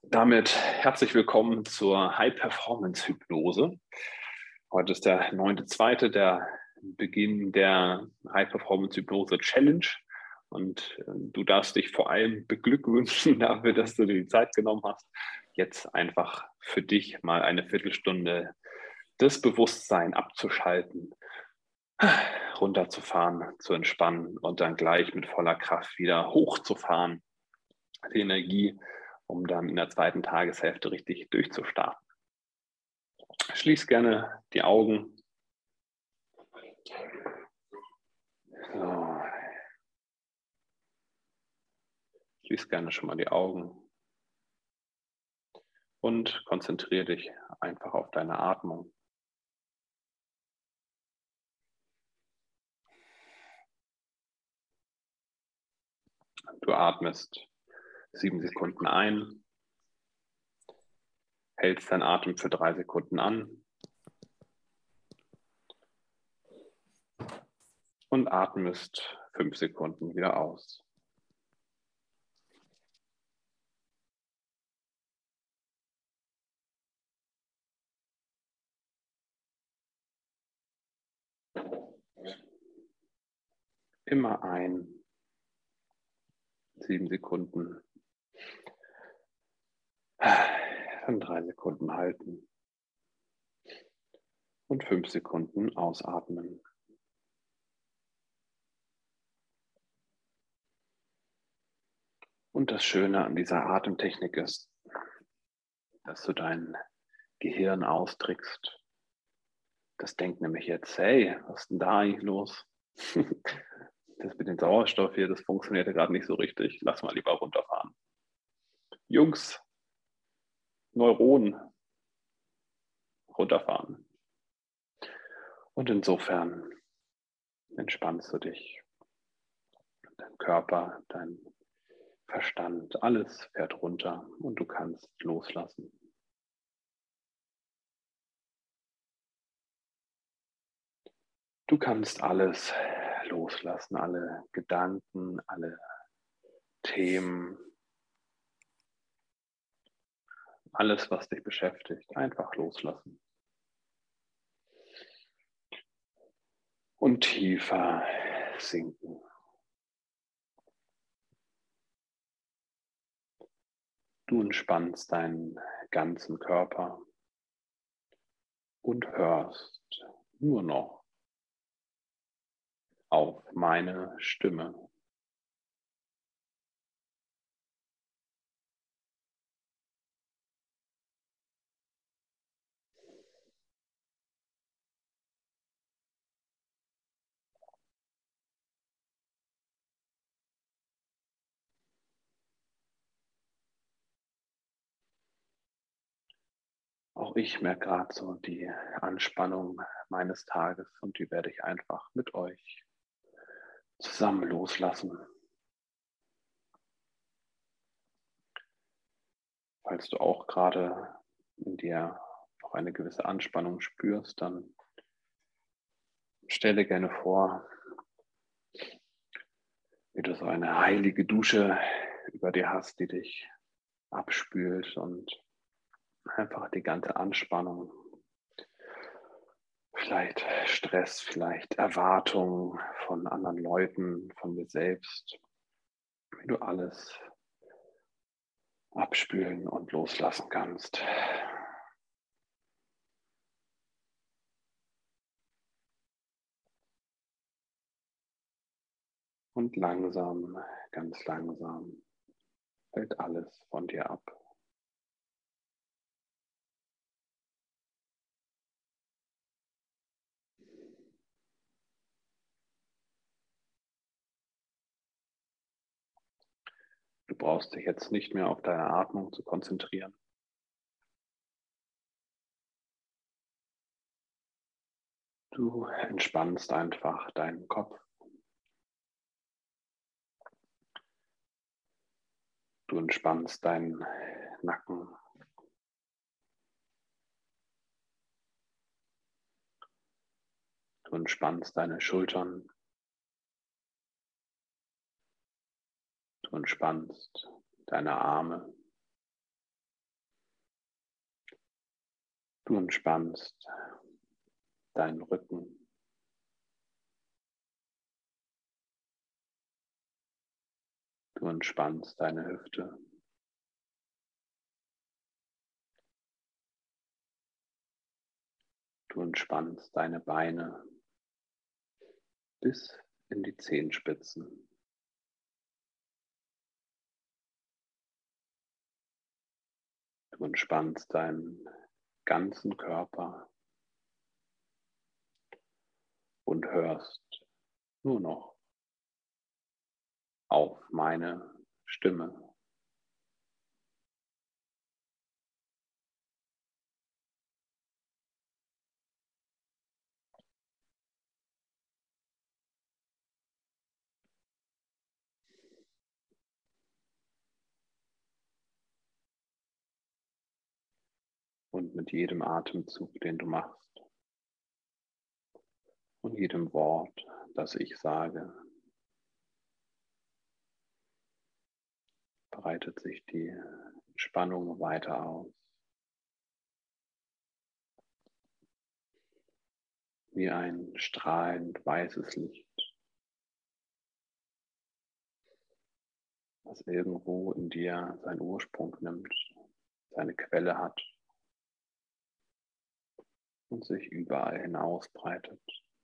Damit herzlich willkommen zur High-Performance-Hypnose. Heute ist der 9.2., der Beginn der High-Performance-Hypnose-Challenge. Und du darfst dich vor allem beglückwünschen dafür, dass du dir die Zeit genommen hast, jetzt einfach für dich mal eine Viertelstunde das Bewusstsein abzuschalten, runterzufahren, zu entspannen und dann gleich mit voller Kraft wieder hochzufahren, die Energie, um dann in der zweiten Tageshälfte richtig durchzustarten. Schließ gerne die Augen. So. Schließ gerne schon mal die Augen und konzentriere dich einfach auf deine Atmung. Du atmest 7 Sekunden ein, hältst deinen Atem für 3 Sekunden an und atmest 5 Sekunden wieder aus. Immer ein, 7 Sekunden, dann 3 Sekunden halten und 5 Sekunden ausatmen. Und das Schöne an dieser Atemtechnik ist, dass du dein Gehirn austrickst. Das denkt nämlich jetzt, hey, was ist denn da eigentlich los? Das mit dem Sauerstoff hier, das funktioniert ja gerade nicht so richtig. Lass mal lieber runterfahren. Jungs, Neuronen, runterfahren. Und insofern entspannst du dich. Dein Körper, dein Verstand, alles fährt runter und du kannst loslassen. Du kannst alles loslassen, alle Gedanken, alle Themen, alles, was dich beschäftigt, einfach loslassen. Und tiefer sinken. Du entspannst deinen ganzen Körper und hörst nur noch auf meine Stimme. Auch ich merke gerade so die Anspannung meines Tages und die werde ich einfach mit euch zusammen loslassen. Falls du auch gerade in dir noch eine gewisse Anspannung spürst, dann stelle gerne vor, wie du so eine heilige Dusche über dir hast, die dich abspült und einfach die ganze Anspannung, vielleicht Stress, vielleicht Erwartungen von anderen Leuten, von dir selbst, wie du alles abspülen und loslassen kannst. Und langsam, ganz langsam fällt alles von dir ab. Du brauchst dich jetzt nicht mehr auf deine Atmung zu konzentrieren. Du entspannst einfach deinen Kopf. Du entspannst deinen Nacken. Du entspannst deine Schultern. Du entspannst deine Arme. Du entspannst deinen Rücken. Du entspannst deine Hüfte. Du entspannst deine Beine bis in die Zehenspitzen. Du entspannst deinen ganzen Körper und hörst nur noch auf meine Stimme. Und mit jedem Atemzug, den du machst und jedem Wort, das ich sage, breitet sich die Entspannung weiter aus. Wie ein strahlend weißes Licht, das irgendwo in dir seinen Ursprung nimmt, seine Quelle hat und sich überall hin ausbreitet.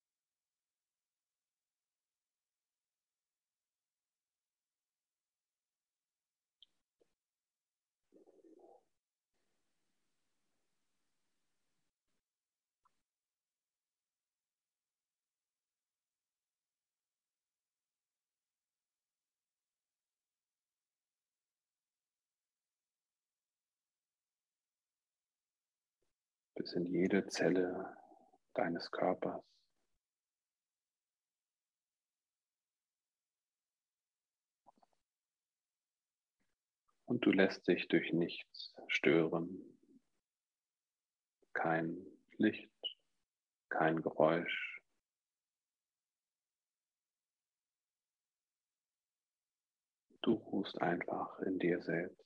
Bis in jede Zelle deines Körpers. Und du lässt dich durch nichts stören. Kein Licht, kein Geräusch. Du ruhst einfach in dir selbst.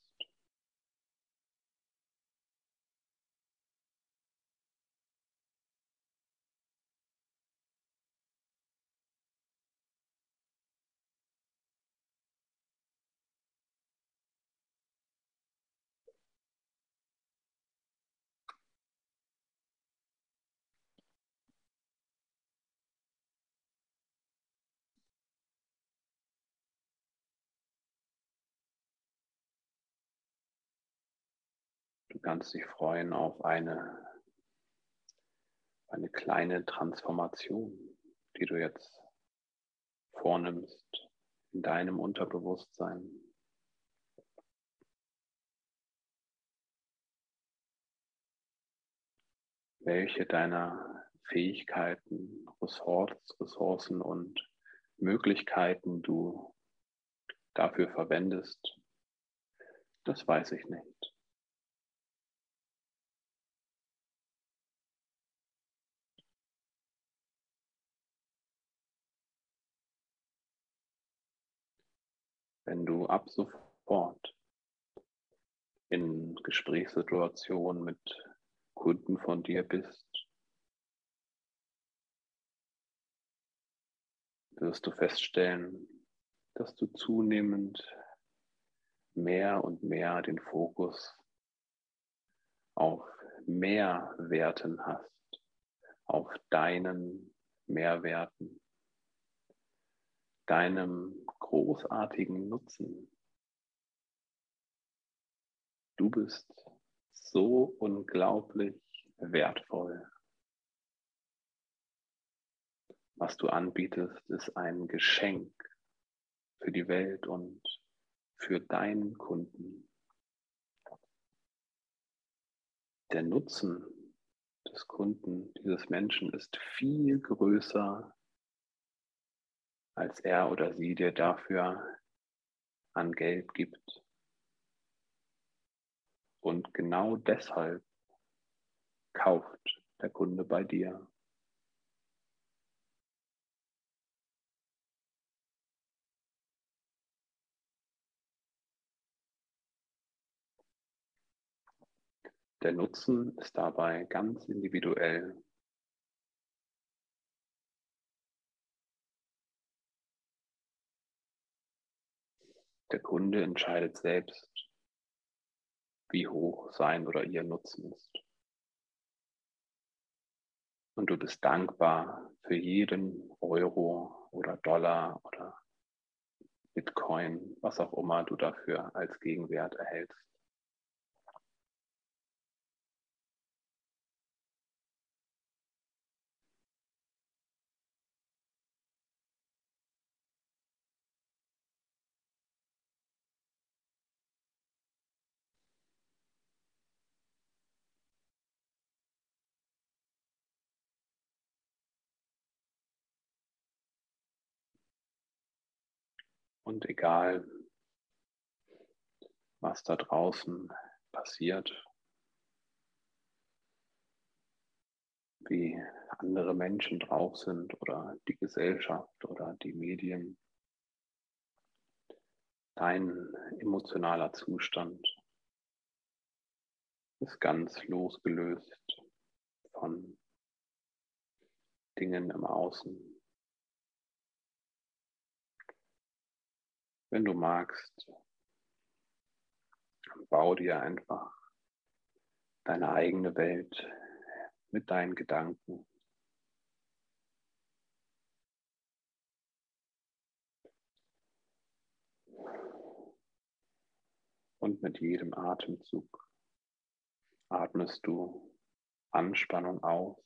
Du kannst dich freuen auf eine kleine Transformation, die du jetzt vornimmst in deinem Unterbewusstsein. Welche deiner Fähigkeiten, Ressourcen und Möglichkeiten du dafür verwendest, das weiß ich nicht. Wenn du ab sofort in Gesprächssituationen mit Kunden von dir bist, wirst du feststellen, dass du zunehmend mehr und mehr den Fokus auf Mehrwerten hast, auf deinen Mehrwerten, deinem großartigen Nutzen. Du bist so unglaublich wertvoll. Was du anbietest, ist ein Geschenk für die Welt und für deinen Kunden. Der Nutzen des Kunden, dieses Menschen, ist viel größer, als er oder sie dir dafür an Geld gibt. Und genau deshalb kauft der Kunde bei dir. Der Nutzen ist dabei ganz individuell. Der Kunde entscheidet selbst, wie hoch sein oder ihr Nutzen ist. Und du bist dankbar für jeden Euro oder Dollar oder Bitcoin, was auch immer du dafür als Gegenwert erhältst. Und egal, was da draußen passiert, wie andere Menschen drauf sind oder die Gesellschaft oder die Medien, dein emotionaler Zustand ist ganz losgelöst von Dingen im Außen. Wenn du magst, bau dir einfach deine eigene Welt mit deinen Gedanken. Und mit jedem Atemzug atmest du Anspannung aus.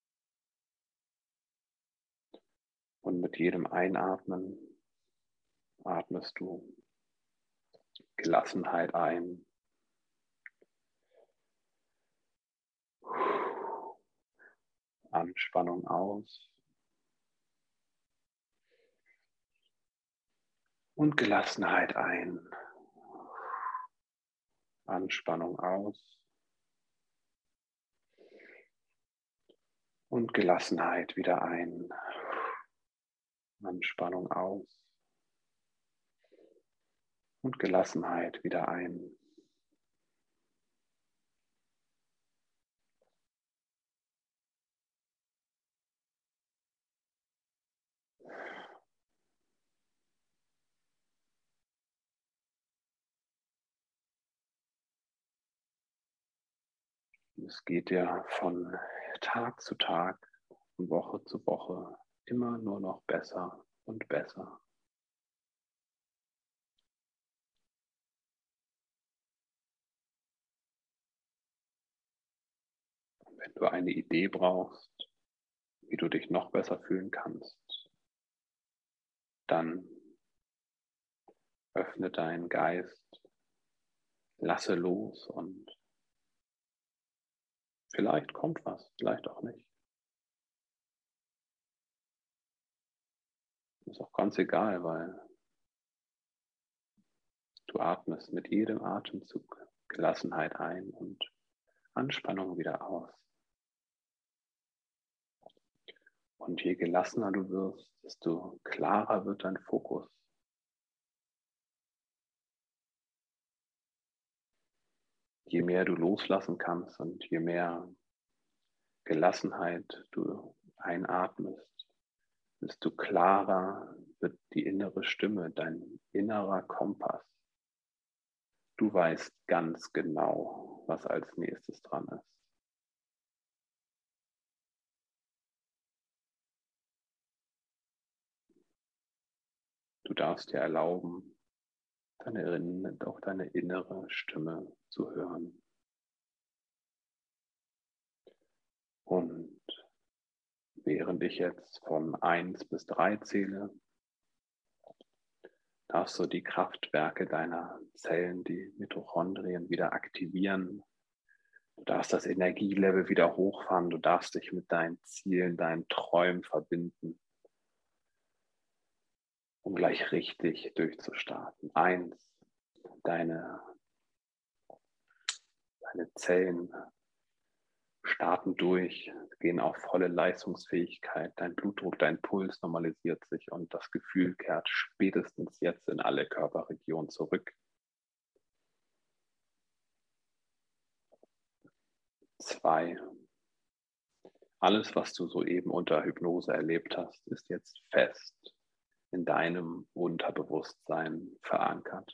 Und mit jedem Einatmen atmest du Gelassenheit ein. Anspannung aus. Und Gelassenheit ein. Anspannung aus. Und Gelassenheit wieder ein. Anspannung aus. Und Gelassenheit wieder ein. Es geht dir von Tag zu Tag, von Woche zu Woche immer nur noch besser und besser. Wenn du eine Idee brauchst, wie du dich noch besser fühlen kannst, dann öffne deinen Geist, lasse los und vielleicht kommt was, vielleicht auch nicht. Ist auch ganz egal, weil du atmest mit jedem Atemzug Gelassenheit ein und Anspannung wieder aus. Und je gelassener du wirst, desto klarer wird dein Fokus. Je mehr du loslassen kannst und je mehr Gelassenheit du einatmest, desto klarer wird die innere Stimme, dein innerer Kompass. Du weißt ganz genau, was als nächstes dran ist. Du darfst dir erlauben, auch deine innere Stimme zu hören. Und während ich jetzt von 1 bis 3 zähle, darfst du die Kraftwerke deiner Zellen, die Mitochondrien, wieder aktivieren. Du darfst das Energielevel wieder hochfahren. Du darfst dich mit deinen Zielen, deinen Träumen verbinden, um gleich richtig durchzustarten. 1, deine Zellen starten durch, gehen auf volle Leistungsfähigkeit. Dein Blutdruck, dein Puls normalisiert sich und das Gefühl kehrt spätestens jetzt in alle Körperregionen zurück. 2. Alles, was du soeben unter Hypnose erlebt hast, ist jetzt fest in deinem Unterbewusstsein verankert.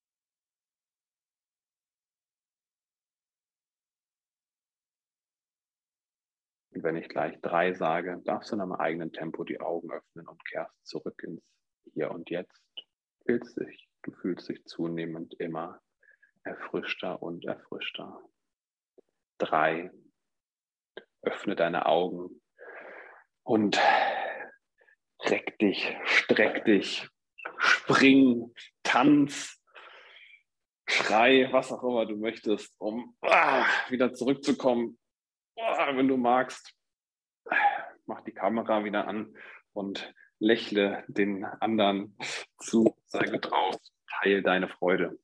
Und wenn ich gleich 3 sage, darfst du in deinem eigenen Tempo die Augen öffnen und kehrst zurück ins Hier und Jetzt. Du fühlst dich zunehmend immer erfrischter und erfrischter. 3. Öffne deine Augen und reck dich, streck dich, spring, tanz, schrei, was auch immer du möchtest, um wieder zurückzukommen. Wenn du magst, mach die Kamera wieder an und lächle den anderen zu. Sei getraut, teile deine Freude.